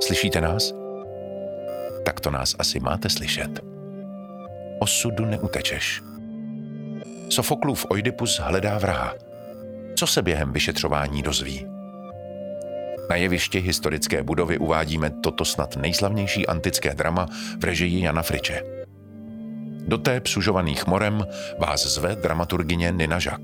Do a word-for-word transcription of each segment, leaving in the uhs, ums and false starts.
Slyšíte nás? Tak to nás asi máte slyšet. Osudu neutečeš. Sofoklův Oidipus hledá vraha. Co se během vyšetřování dozví? Na jevišti historické budovy uvádíme toto snad nejslavnější antické drama v režii Jana Friče. Do té psužovaných morem vás zve dramaturgyně Nina Žak.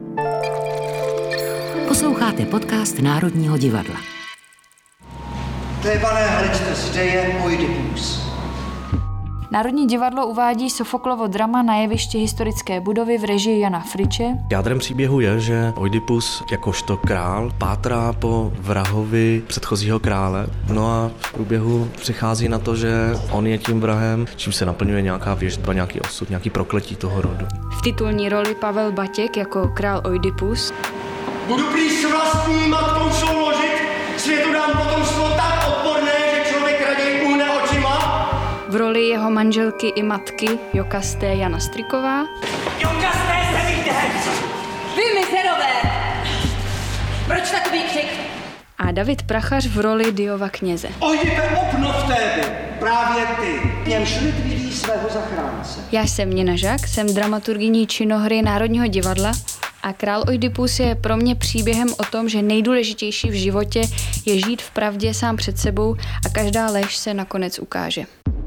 Posloucháte podcast Národního divadla. Tébané, hleďte, zde je Oidipus. Národní divadlo uvádí Sofoklovo drama na jevišti historické budovy v režii Jana Friče. Jádrem příběhu je, že Oidipus jakožto král pátrá po vrahovi předchozího krále. No a v průběhu přichází na to, že on je tím vrahem, čím se naplňuje nějaká věštba, nějaký osud, nějaký prokletí toho rodu. V titulní roli Pavel Batěk jako král Oidipus. Budu prý s vlastní matkou souložit, světu dám potomstvo tak odporné, že člověk raději uhne očima. V roli jeho manželky i matky Jokasté Jana Striková. Jokasté se víte! Vy mizerové! Proč takový křik? A David Prachař v roli Diova kněze. Oidipe, obnov téby, právě ty, němž lid vidí svého zachránce. Já jsem Nina Žak, jsem dramaturgyní činohry Národního divadla a král Oidipus je pro mě příběhem o tom, že nejdůležitější v životě je žít v pravdě sám před sebou a každá lež se nakonec ukáže.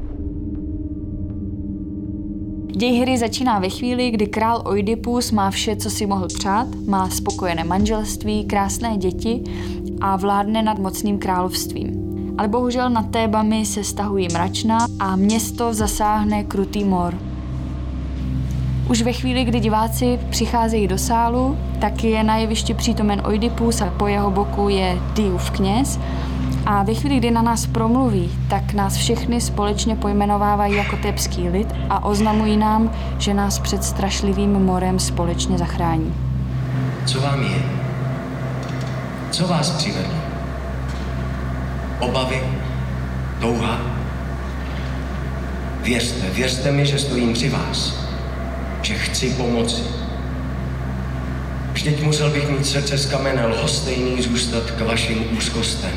Děj hry začíná ve chvíli, kdy král Oidipus má vše, co si mohl přát, má spokojené manželství, krásné děti a vládne nad mocným královstvím. Ale bohužel nad Tébami se stahují mračna a město zasáhne krutý mor. Už ve chvíli, kdy diváci přicházejí do sálu, tak je na jevišti přítomen Oidipus a po jeho boku je Diův kněz. A ve chvíli, kdy na nás promluví, tak nás všechny společně pojmenovávají jako tébský lid a oznamují nám, že nás před strašlivým morem společně zachrání. Co vám je? Co vás přivedlo? Obavy? Touha? Věřte, věřte mi, že stojím při vás. Že chci pomoci. Vždyť musel bych mít srdce z kamene lhostejný zůstat k vašim úzkostem.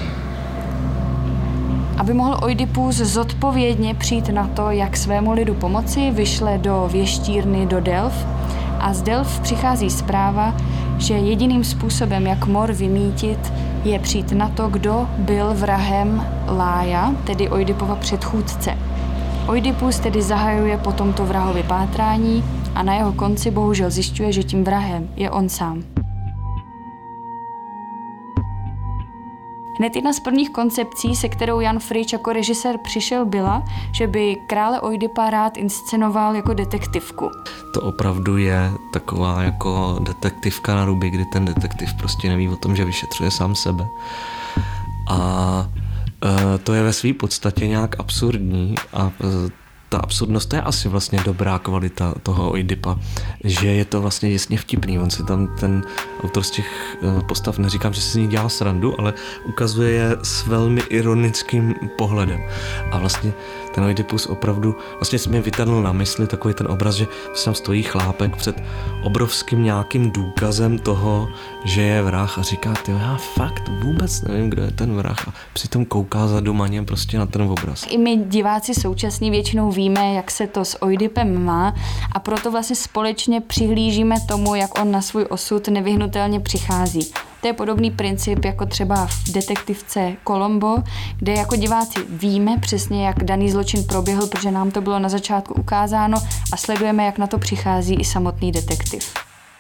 Aby mohl Oidipus zodpovědně přijít na to, jak svému lidu pomoci, vyšle do věštírny do Delf a z Delf přichází zpráva, že jediným způsobem, jak mor vymítit, je přijít na to, kdo byl vrahem Lája, tedy Oidipova předchůdce. Oidipus tedy zahajuje po tomto vrahovi pátrání a na jeho konci bohužel zjišťuje, že tím vrahem je on sám. Hned jedna z prvních koncepcí, se kterou Jan Frič jako režisér přišel, byla, že by krále Oidipa rád inscenoval jako detektivku. To opravdu je taková jako detektivka na ruby, kdy ten detektiv prostě neví o tom, že vyšetřuje sám sebe. A e, to je ve své podstatě nějak absurdní a e, ta absurdnost, to je asi vlastně dobrá kvalita toho Oidipa, že je to vlastně jasně vtipný. On si tam ten autor z těch postav, neříkám, že si z ní dělá srandu, ale ukazuje je s velmi ironickým pohledem. A vlastně ten Oidipus opravdu, vlastně si mi vytadl na mysli takový ten obraz, že tam stojí chlápek před obrovským nějakým důkazem toho, že je vrah a říká, ty já fakt vůbec nevím, kdo je ten vrah a přitom kouká zadumaně prostě na ten obraz. I my diváci současní většinou víme, jak se to s Oidipem má a proto vlastně společně přihlížíme tomu, jak on na svůj osud nevyhnutelně přichází. To je podobný princip jako třeba v detektivce Columbo, kde jako diváci víme přesně, jak daný zločin proběhl, protože nám to bylo na začátku ukázáno a sledujeme, jak na to přichází i samotný detektiv.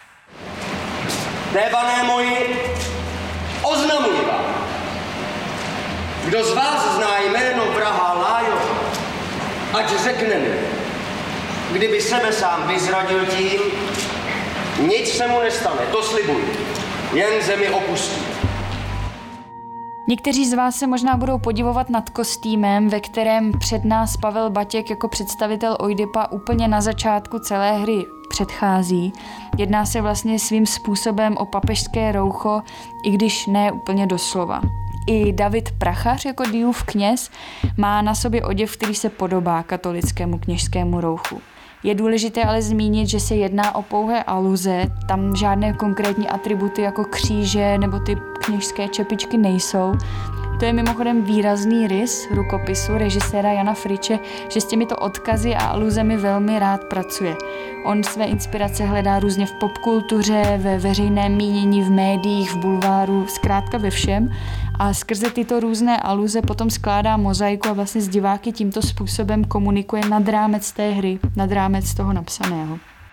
Tébané moji, oznamuji vám. Kdo z vás zná jméno vraha Lájo, ať řekne mi. Kdyby sebe sám vyzradil tím, nic se mu nestane, to slibuji. Jen zemi opustí. Někteří z vás se možná budou podivovat nad kostýmem, ve kterém před nás Pavel Batěk jako představitel Oidipa úplně na začátku celé hry předchází. Jedná se vlastně svým způsobem o papežské roucho, i když ne úplně doslova. I David Prachař jako Diův kněz má na sobě oděv, který se podobá katolickému kněžskému rouchu. Je důležité ale zmínit, že se jedná o pouhé aluze, tam žádné konkrétní atributy jako kříže nebo ty kněžské čepičky nejsou. To je mimochodem výrazný rys rukopisu režiséra Jana Friče, že s těmito odkazy a aluzemi velmi rád pracuje. On své inspirace hledá různě v popkultuře, ve veřejném mínění, v médiích, v bulváru, zkrátka ve všem. A skrze tyto různé aluze potom skládá mozaiku a vlastně s diváky tímto způsobem komunikuje nad rámec té hry, nad rámec toho napsaného.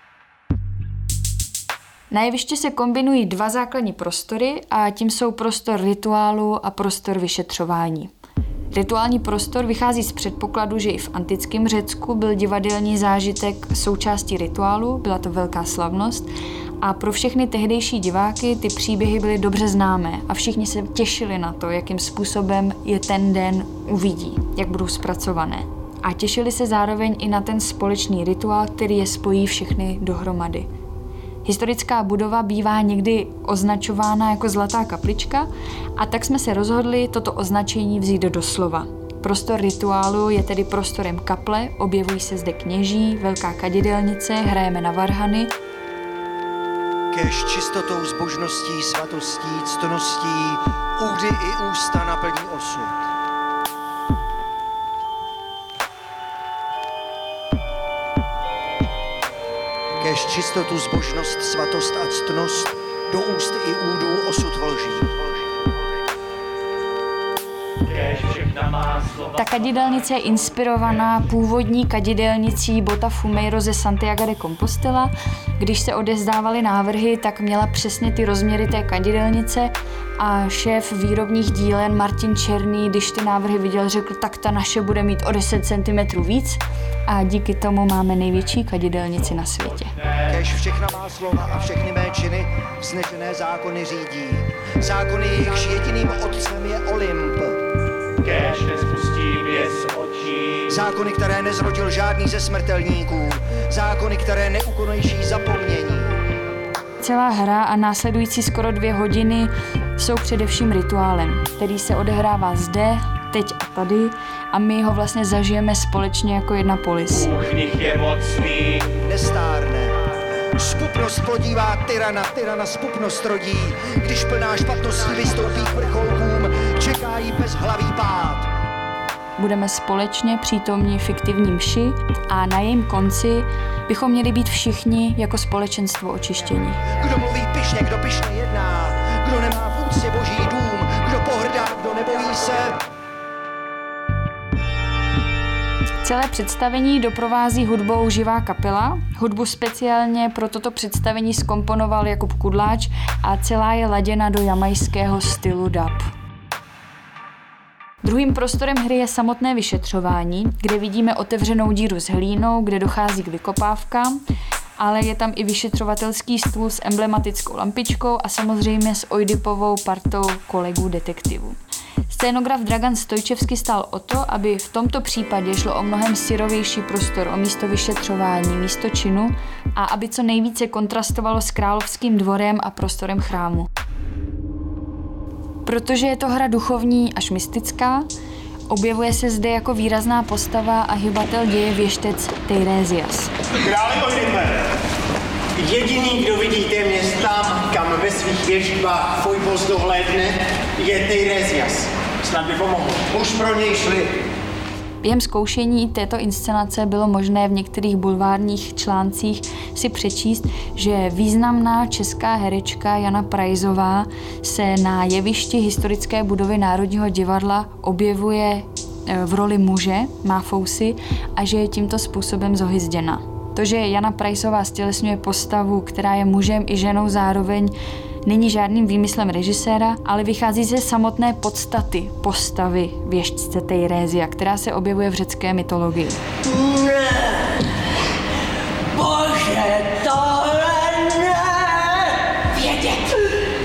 Na jevišti se kombinují dva základní prostory a tím jsou prostor rituálu a prostor vyšetřování. Rituální prostor vychází z předpokladu, že i v antickém Řecku byl divadelní zážitek součástí rituálu, byla to velká slavnost a pro všechny tehdejší diváky ty příběhy byly dobře známé a všichni se těšili na to, jakým způsobem je ten den uvidí, jak budou zpracované. A těšili se zároveň i na ten společný rituál, který je spojí všechny dohromady. Historická budova bývá někdy označována jako Zlatá kaplička a tak jsme se rozhodli toto označení vzít do doslova. Prostor rituálu je tedy prostorem kaple, objevují se zde kněží, velká kadidelnice, hrajeme na varhany. Kéž čistotou, zbožností, svatostí, ctností, údy i ústa naplní osud. Kéž čistotu, zbožnost, svatost a ctnost do úst i údů osud vloží. Ta kadidelnice je inspirovaná původní kadidelnicí Botafumeiro ze Santiago de Compostela. Když se odevzdávaly návrhy, tak měla přesně ty rozměry té kadidelnice a šéf výrobních dílen Martin Černý, když ty návrhy viděl, řekl, tak ta naše bude mít o deset centimetrů víc a díky tomu máme největší kadidelnici na světě. Kéž všechna má slova a všechny mé činy vznešené zákony řídí. Zákony, jejichž jediným otcem je Olymp. Kéž nespustí věc očí. Zákony, které nezrodil žádný ze smrtelníků. Zákony, které neukonejší zapomnění. Celá hra a následující skoro dvě hodiny jsou především rituálem, který se odehrává zde, teď a tady a my ho vlastně zažijeme společně jako jedna polis. Bůh nich je mocný. Nestárne. Spupnost plodívá tyrana, tyrana spupnost rodí. Když plná špatností vystoupí k vrcholkům, čeká jí bezhlavý pád. Budeme společně přítomní fiktivní mši a na jejím konci bychom měli být všichni jako společenstvo očištění. Kdo mluví pyšně, kdo pyšně jedná, kdo nemá v úctě boží dům, kdo pohrdá, kdo nebojí se. Celé představení doprovází hudbou živá kapela. Hudbu speciálně pro toto představení zkomponoval Jakub Kudláč a celá je laděna do jamajského stylu dub. Druhým prostorem hry je samotné vyšetřování, kde vidíme otevřenou díru s hlínou, kde dochází k vykopávkám, ale je tam i vyšetřovatelský stůl s emblematickou lampičkou a samozřejmě s Oidipovou partou kolegů detektivů. Scénograf Dragan Stojčevský stál o to, aby v tomto případě šlo o mnohem syrovější prostor, o místo vyšetřování, místo činu a aby co nejvíce kontrastovalo s královským dvorem a prostorem chrámu. Protože je to hra duchovní až mystická, objevuje se zde jako výrazná postava a hybatel děje věštec Teiresias. Králi Oidipe, jediný, kdo vidí téměř tam, kam ve svých věštbách tvůj post dohlédne, je Teiresias. Snad by pomohl. Už pro něj šli. Během zkoušení této inscenace bylo možné v některých bulvárních článcích si přečíst, že významná česká herečka Jana Praisová se na jevišti historické budovy Národního divadla objevuje v roli muže, má fousy, a že je tímto způsobem zohyzděna. To, že Jana Praisová stělesňuje postavu, která je mužem i ženou zároveň, není žádným výmyslem režiséra, ale vychází ze samotné podstaty postavy věštce Teiresia, která se objevuje v řecké mytologii. Ne! Bože, tohle ne! Vědět!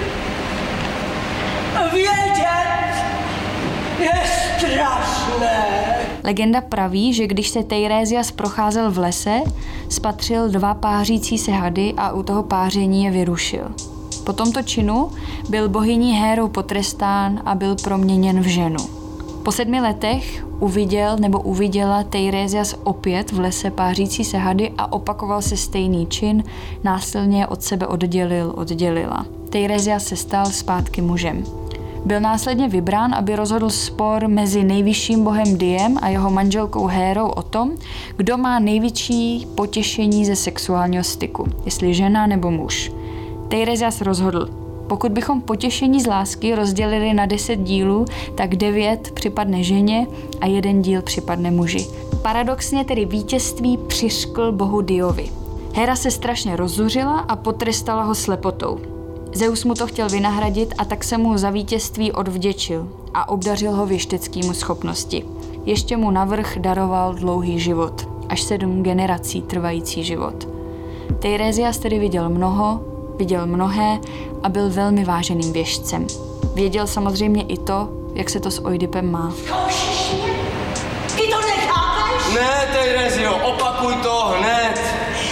Vědět! Je strašné! Legenda praví, že když se Teiresias procházel v lese, spatřil dva pářící se hady a u toho páření je vyrušil. Po tomto činu byl bohyní Hérou potrestán a byl proměněn v ženu. Po sedmi letech uviděl nebo uviděla Teiresias opět v lese pářící se hady a opakoval se stejný čin, násilně od sebe oddělil, oddělila. Teiresias se stal zpátky mužem. Byl následně vybrán, aby rozhodl spor mezi nejvyšším bohem Diem a jeho manželkou Hérou o tom, kdo má největší potěšení ze sexuálního styku, jestli žena nebo muž. Teiresias rozhodl, pokud bychom potěšení z lásky rozdělili na deset dílů, tak devět připadne ženě a jeden díl připadne muži. Paradoxně tedy vítězství přiřkl bohu Diovi. Héra se strašně rozzuřila a potrestala ho slepotou. Zeus mu to chtěl vynahradit a tak se mu za vítězství odvděčil a obdařil ho věšteckými schopnosti. Ještě mu navrch daroval dlouhý život, až sedm generací trvající život. Teiresias tedy viděl mnoho, viděl mnohé a byl velmi váženým věštcem. Věděl samozřejmě i to, jak se to s Oidipem má. Zkoušíš mě? Ty to nechápeš? Ne, Teiresio, opakuj to hned.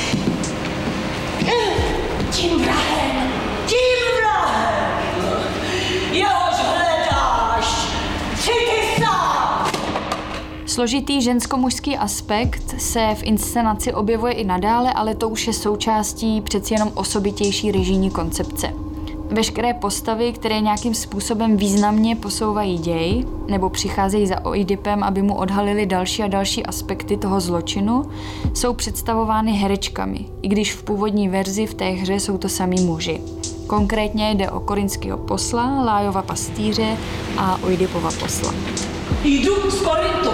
Tím vrahem, tím vrahem, jehož hledáš, jsi ty sám. Složitý žensko-mužský aspekt se v inscenaci objevuje i nadále, ale to už je součástí přeci jenom osobitější režijní koncepce. Veškeré postavy, které nějakým způsobem významně posouvají děj nebo přicházejí za Oidipem, aby mu odhalili další a další aspekty toho zločinu, jsou představovány herečkami, i když v původní verzi v té hře jsou to samí muži. Konkrétně jde o korinského posla, Lájova pastýře a Oidipova posla. Jdu z Korintu.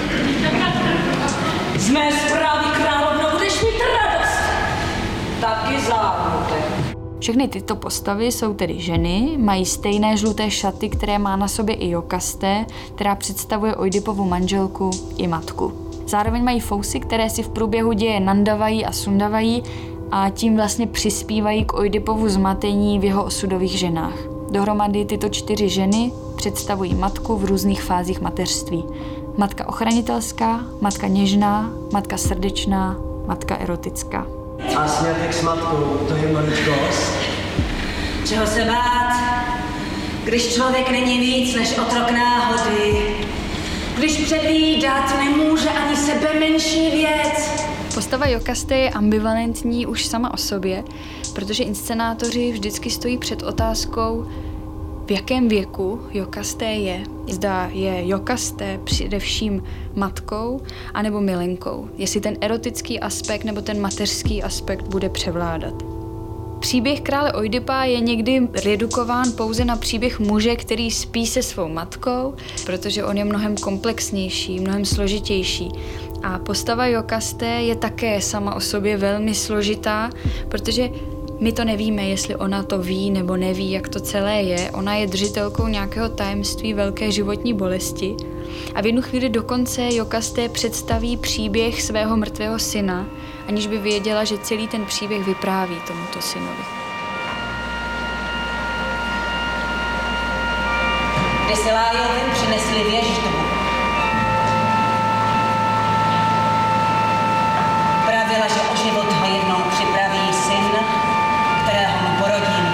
Z mé zprávy královno budeš mít radost. Taky zámutek. Všechny tyto postavy jsou tedy ženy, mají stejné žluté šaty, které má na sobě i Jokasté, která představuje Oidipovu manželku i matku. Zároveň mají fousy, které si v průběhu děje nandavají a sundavají a tím vlastně přispívají k Oidipovu zmatení v jeho osudových ženách. Dohromady tyto čtyři ženy představují matku v různých fázích mateřství. Matka ochranitelská, matka něžná, matka srdečná, matka erotická. A sňatek s matkou, to je maličkost. Čeho se bát, když člověk není víc než otrok náhody, když předvídat nemůže ani sebe menší věc. Postava Jokasté je ambivalentní už sama o sobě, protože inscenátoři vždycky stojí před otázkou, v jakém věku Jokasté je. Zda je Jokasté především matkou anebo milenkou. Jestli ten erotický aspekt nebo ten mateřský aspekt bude převládat. Příběh krále Oidipa je někdy redukován pouze na příběh muže, který spí se svou matkou, protože on je mnohem komplexnější, mnohem složitější. A postava Jokasté je také sama o sobě velmi složitá, protože my to nevíme, jestli ona to ví nebo neví, jak to celé je. Ona je držitelkou nějakého tajemství velké životní bolesti. A v jednu chvíli dokonce Jokasté představí příběh svého mrtvého syna, aniž by věděla, že celý ten příběh vypráví tomuto synovi. Když se Lájovi přinesli věždu, pravila, že o život ho jednou připraví syn, kterého mu porodím.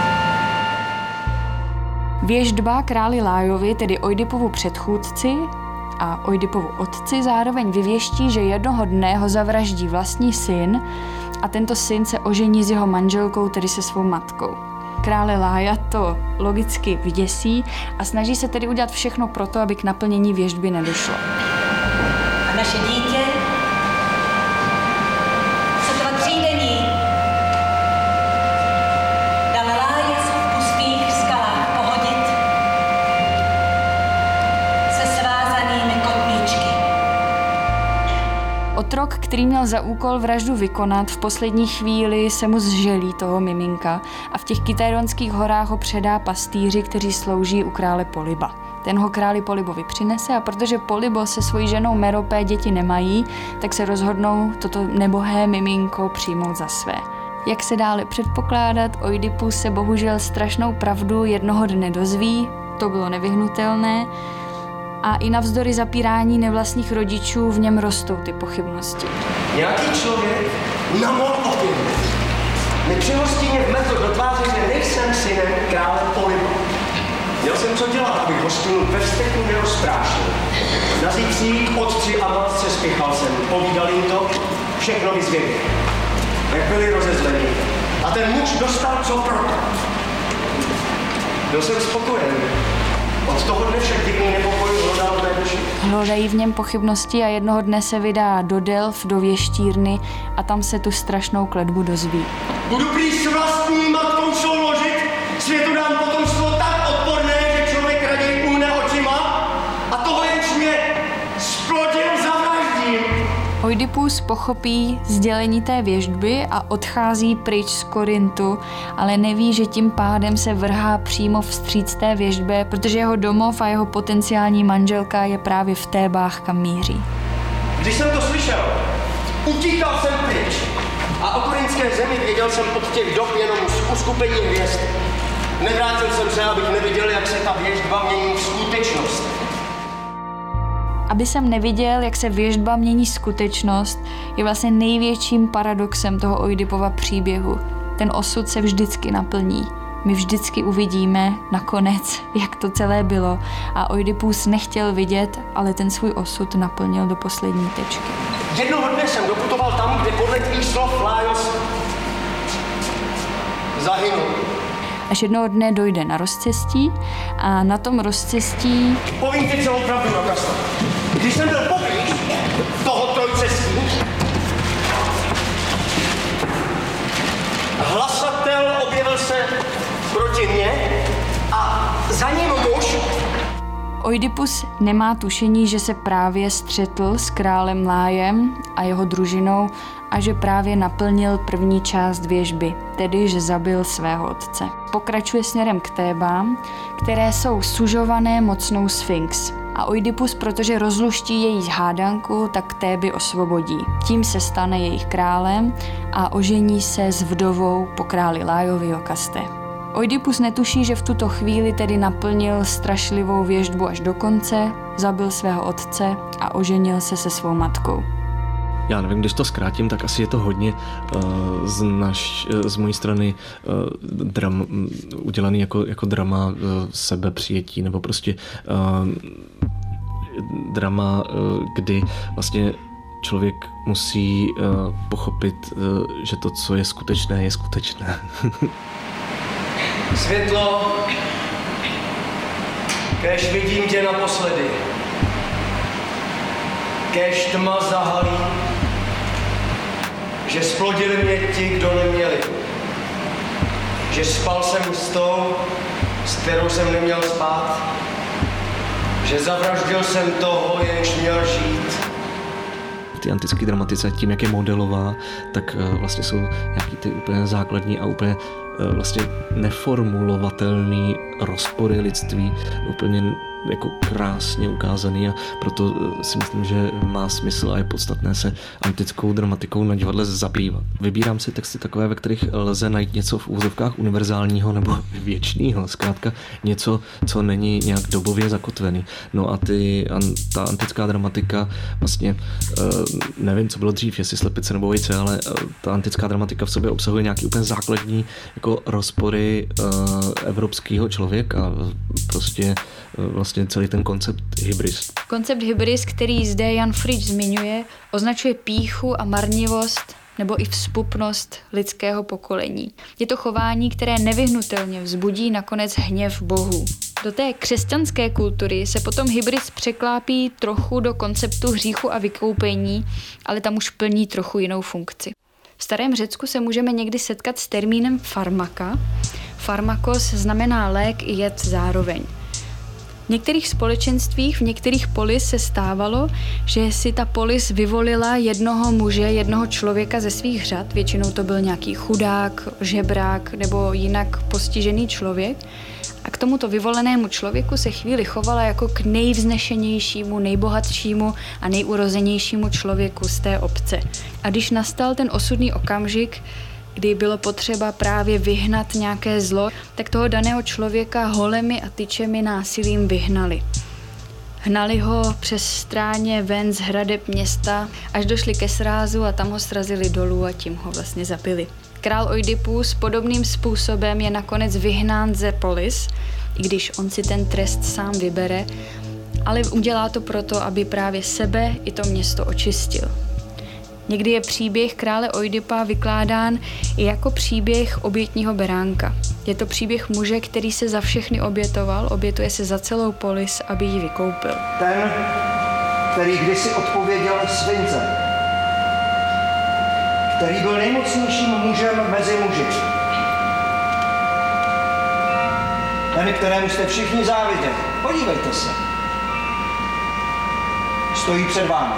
Věždba králi Lájovi, tedy Oidipovu předchůdci a Oidipovu otci, zároveň vyvěští, že jednoho dne ho zavraždí vlastní syn a tento syn se ožení s jeho manželkou, tedy se svou matkou. Krále Lája to logicky vyděsí a snaží se tedy udělat všechno pro to, aby k naplnění věždby nedošlo. A naše dítě, sotva třídení, dal Láje v pustých skalách pohodit se svázanými kotníčky. Otrok, který měl za úkol vraždu vykonat, v poslední chvíli se mu zželí toho miminka a v těch Kytaronských horách ho předá pastýři, kteří slouží u krále Polyba. Ten ho králi Polybovi přinese a protože Polybo se svojí ženou Meropé děti nemají, tak se rozhodnou toto nebohé miminko přijmout za své. Jak se dále předpokládat, Oidipus se bohužel strašnou pravdu jednoho dne dozví, to bylo nevyhnutelné, a i navzdory zapírání nevlastních rodičů v něm rostou ty pochybnosti. Nějaký člověk na mol opět mi přihostí mě vmetl do tváře, že nejsem synem krále Polyba. Měl jsem co dělat, abych hostinu ve vzteku nerozprášil. Na zítřík otci a matce spěchal jsem, povídal jim to, všechno vyzvěděl. Jak byli rozezlení. A ten muž dostal co proto. Byl jsem spokojen. Od toho dne však divný nepokoj hlodal v mé duši. Hlodají v něm pochybnosti a jednoho dne se vydá do Delf, do věštírny a tam se tu strašnou kletbu dozví. Budu prý s vlastní matkou souložit, světu dám potomstvo tak odporné, že člověk raději uhne očima a toho jenž mě splodil zavraždím. Oidipus pochopí sdělení té věštby a odchází pryč z Korintu, ale neví, že tím pádem se vrhá přímo vstříc té věštbě, protože jeho domov a jeho potenciální manželka je právě v Tébách, kam míří. Když jsem to slyšel, utíkal jsem pryč a o korintské zemi věděl jsem od těch dob jenom z uskupení hvězd. Nevrátil jsem se, abych neviděl, jak se ta věštba mění v skutečnost. Aby jsem neviděl, jak se věštba mění skutečnost, je vlastně největším paradoxem toho Oidipova příběhu. Ten osud se vždycky naplní. My vždycky uvidíme nakonec, jak to celé bylo. A Oidipus nechtěl vidět, ale ten svůj osud naplnil do poslední tečky. Jednoho dne jsem doputoval tam, kde podle tvých slov Laios zahynul. Až jednoho dne dojde na rozcestí a na tom rozcestí... Povím ti celou pravdu, Jokasta. Když jsem byl poblíž toho trojcestí, hlasatel objevil se proti mně a za ním muž. Oidipus nemá tušení, že se právě střetl s králem Lájem a jeho družinou a že právě naplnil první část věštby, tedy že zabil svého otce. Pokračuje směrem k Tébám, které jsou sužované mocnou Sfinx. A Oidipus, protože rozluští její hádanku, tak Téby osvobodí. Tím se stane jejich králem a ožení se s vdovou po králi Lájovi Jokaste. Oidipus netuší, že v tuto chvíli tedy naplnil strašlivou věštbu až do konce, zabil svého otce a oženil se se svou matkou. Já nevím, když to zkrátím, tak asi je to hodně uh, z, naš, z mojí strany uh, dram, udělaný jako, jako drama uh, sebepřijetí, nebo prostě uh, drama, uh, kdy vlastně člověk musí uh, pochopit, uh, že to, co je skutečné, je skutečné. Světlo, kéž vidím tě naposledy, kéž tma zahalí, že splodili mě ti, kdo neměli, že spal jsem s tou, s kterou jsem neměl spát, že zavraždil jsem toho, jenž měl žít. V té antické dramatice, tím, jak je modelová, tak uh, vlastně jsou nějaký ty úplně základní a úplně vlastně neformulovatelný rozpory lidství, úplně jako krásně ukázaný a proto si myslím, že má smysl a je podstatné se antickou dramatikou na divadle zabývat. Vybírám si texty takové, ve kterých lze najít něco v úzovkách univerzálního nebo věčného, zkrátka něco, co není nějak dobově zakotvený. No a ty, ta antická dramatika vlastně, nevím, co bylo dřív, jestli slepice nebo vejce, ale ta antická dramatika v sobě obsahuje nějaký úplně základní jako rozpory evropského člověka, prostě vlastně celý ten koncept hybris. Koncept hybris, který zde Jan Frič zmiňuje, označuje pýchu a marnivost nebo i vzpupnost lidského pokolení. Je to chování, které nevyhnutelně vzbudí nakonec hněv bohů. Do té křesťanské kultury se potom hybris překlápí trochu do konceptu hříchu a vykoupení, ale tam už plní trochu jinou funkci. V starém Řecku se můžeme někdy setkat s termínem farmaka. Farmakos znamená lék i jed zároveň. V některých společenstvích, v některých polis se stávalo, že si ta polis vyvolila jednoho muže, jednoho člověka ze svých řad, většinou to byl nějaký chudák, žebrák nebo jinak postižený člověk, a k tomuto vyvolenému člověku se chvíli chovala jako k nejvznešenějšímu, nejbohatšímu a nejurozenějšímu člověku z té obce. A když nastal ten osudný okamžik, kdy bylo potřeba právě vyhnat nějaké zlo, tak toho daného člověka holemi a tyčemi násilím vyhnali. Hnali ho přes stráně ven z hradeb města, až došli ke srázu a tam ho srazili dolů a tím ho vlastně zabili. Král Oidipus podobným způsobem je nakonec vyhnán ze polis, i když on si ten trest sám vybere, ale udělá to proto, aby právě sebe i to město očistil. Někdy je příběh krále Oidipa vykládán i jako příběh obětního beránka. Je to příběh muže, který se za všechny obětoval, obětuje se za celou polis, aby ji vykoupil. Ten, který kdysi odpověděl svince, který byl nejmocnějším mužem mezi muži. Ten, kterému jste všichni záviděli. Podívejte se. Stojí před vámi.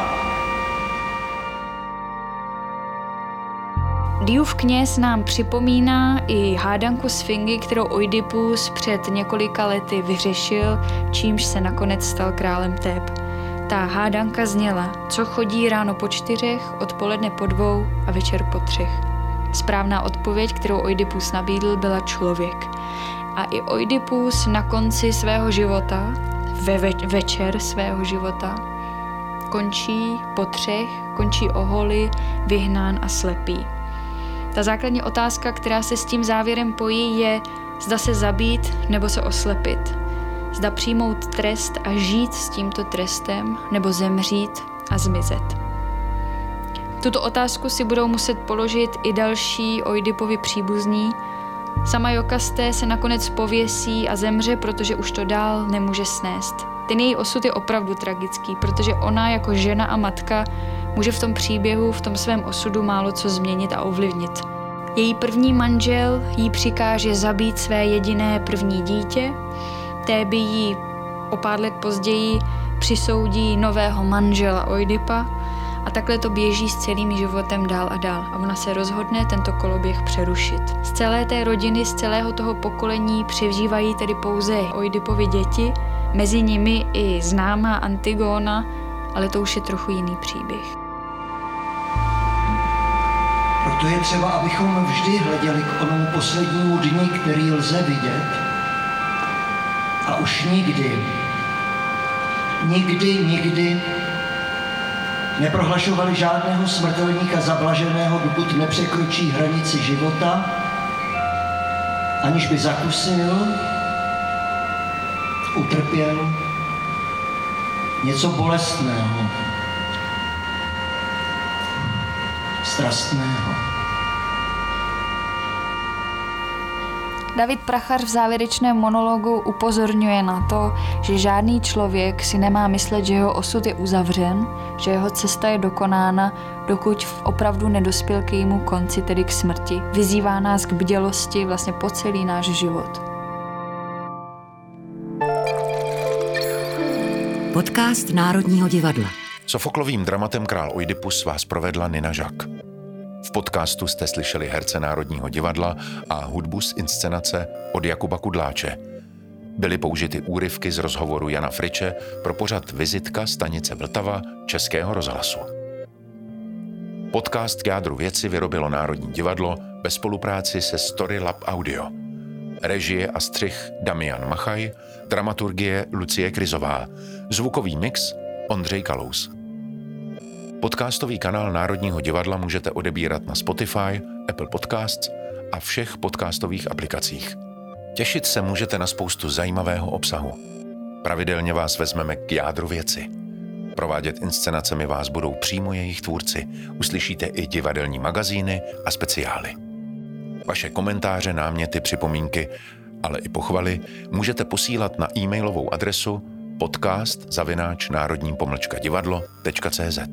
Diův kněz nám připomíná i hádanku s Fingy, kterou Oidipus před několika lety vyřešil, čímž se nakonec stal králem Téb. Ta hádanka zněla, co chodí ráno po čtyřech, odpoledne po dvou a večer po třech. Správná odpověď, kterou Oidipus nabídl, byla člověk. A i Oidipus na konci svého života, ve več- večer svého života, končí po třech, končí oholi, vyhnán a slepý. Ta základní otázka, která se s tím závěrem pojí, je, zda se zabít nebo se oslepit. Zda přijmout trest a žít s tímto trestem, nebo zemřít a zmizet. Tuto otázku si budou muset položit i další Oidipovi příbuzní. Sama Jokasté se nakonec pověsí a zemře, protože už to dál nemůže snést. Ten její osud je opravdu tragický, protože ona jako žena a matka může v tom příběhu, v tom svém osudu málo co změnit a ovlivnit. Její první manžel jí přikáže zabít své jediné první dítě, Téby jí o pár let později přisoudí nového manžela Oidipa a takhle to běží s celým životem dál a dál. A ona se rozhodne tento koloběh přerušit. Z celé té rodiny, z celého toho pokolení přežívají tedy pouze Oidipovi děti, mezi nimi i známá Antigona, ale to už je trochu jiný příběh. Proto je třeba, abychom vždy hleděli k onomu poslednímu dni, který lze vidět, a už nikdy, nikdy, nikdy neprohlašovali žádného smrtelníka zablaženého, dokud nepřekročí hranici života, aniž by zakusil, utrpěl něco bolestného, strastného. David Prachař v závěrečném monologu upozorňuje na to, že žádný člověk si nemá myslet, že jeho osud je uzavřen, že jeho cesta je dokonána, dokud opravdu nedospěl k jejímu konci, tedy k smrti. Vyzývá nás k bdělosti vlastně po celý náš život. Podcast Národního divadla. Sofoklovým dramatem Král Oidipus vás provedla Nina Žak. V podcastu jste slyšeli herce Národního divadla a hudbu z inscenace od Jakuba Kudláče. Byly použity úryvky z rozhovoru Jana Friče pro pořad Vizitka stanice Vltava Českého rozhlasu. Podcast k jádru věci vyrobilo Národní divadlo ve spolupráci se Story Lab Audio. Režie a střih Damian Machaj, dramaturgie Lucie Kryzová, zvukový mix Ondřej Kalous. Podcastový kanál Národního divadla můžete odebírat na Spotify, Apple Podcasts a všech podcastových aplikacích. Těšit se můžete na spoustu zajímavého obsahu. Pravidelně vás vezmeme k jádru věci. Provádět inscenacemi vás budou přímo jejich tvůrci. Uslyšíte i divadelní magazíny a speciály. Vaše komentáře, náměty, připomínky, ale i pochvaly můžete posílat na e-mailovou adresu podcast zavináč národní pomlčka divadlo tečka cé zet.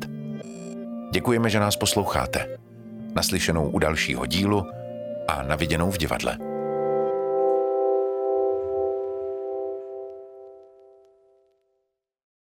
Děkujeme, že nás posloucháte. Naslyšenou u dalšího dílu a na viděnou v divadle.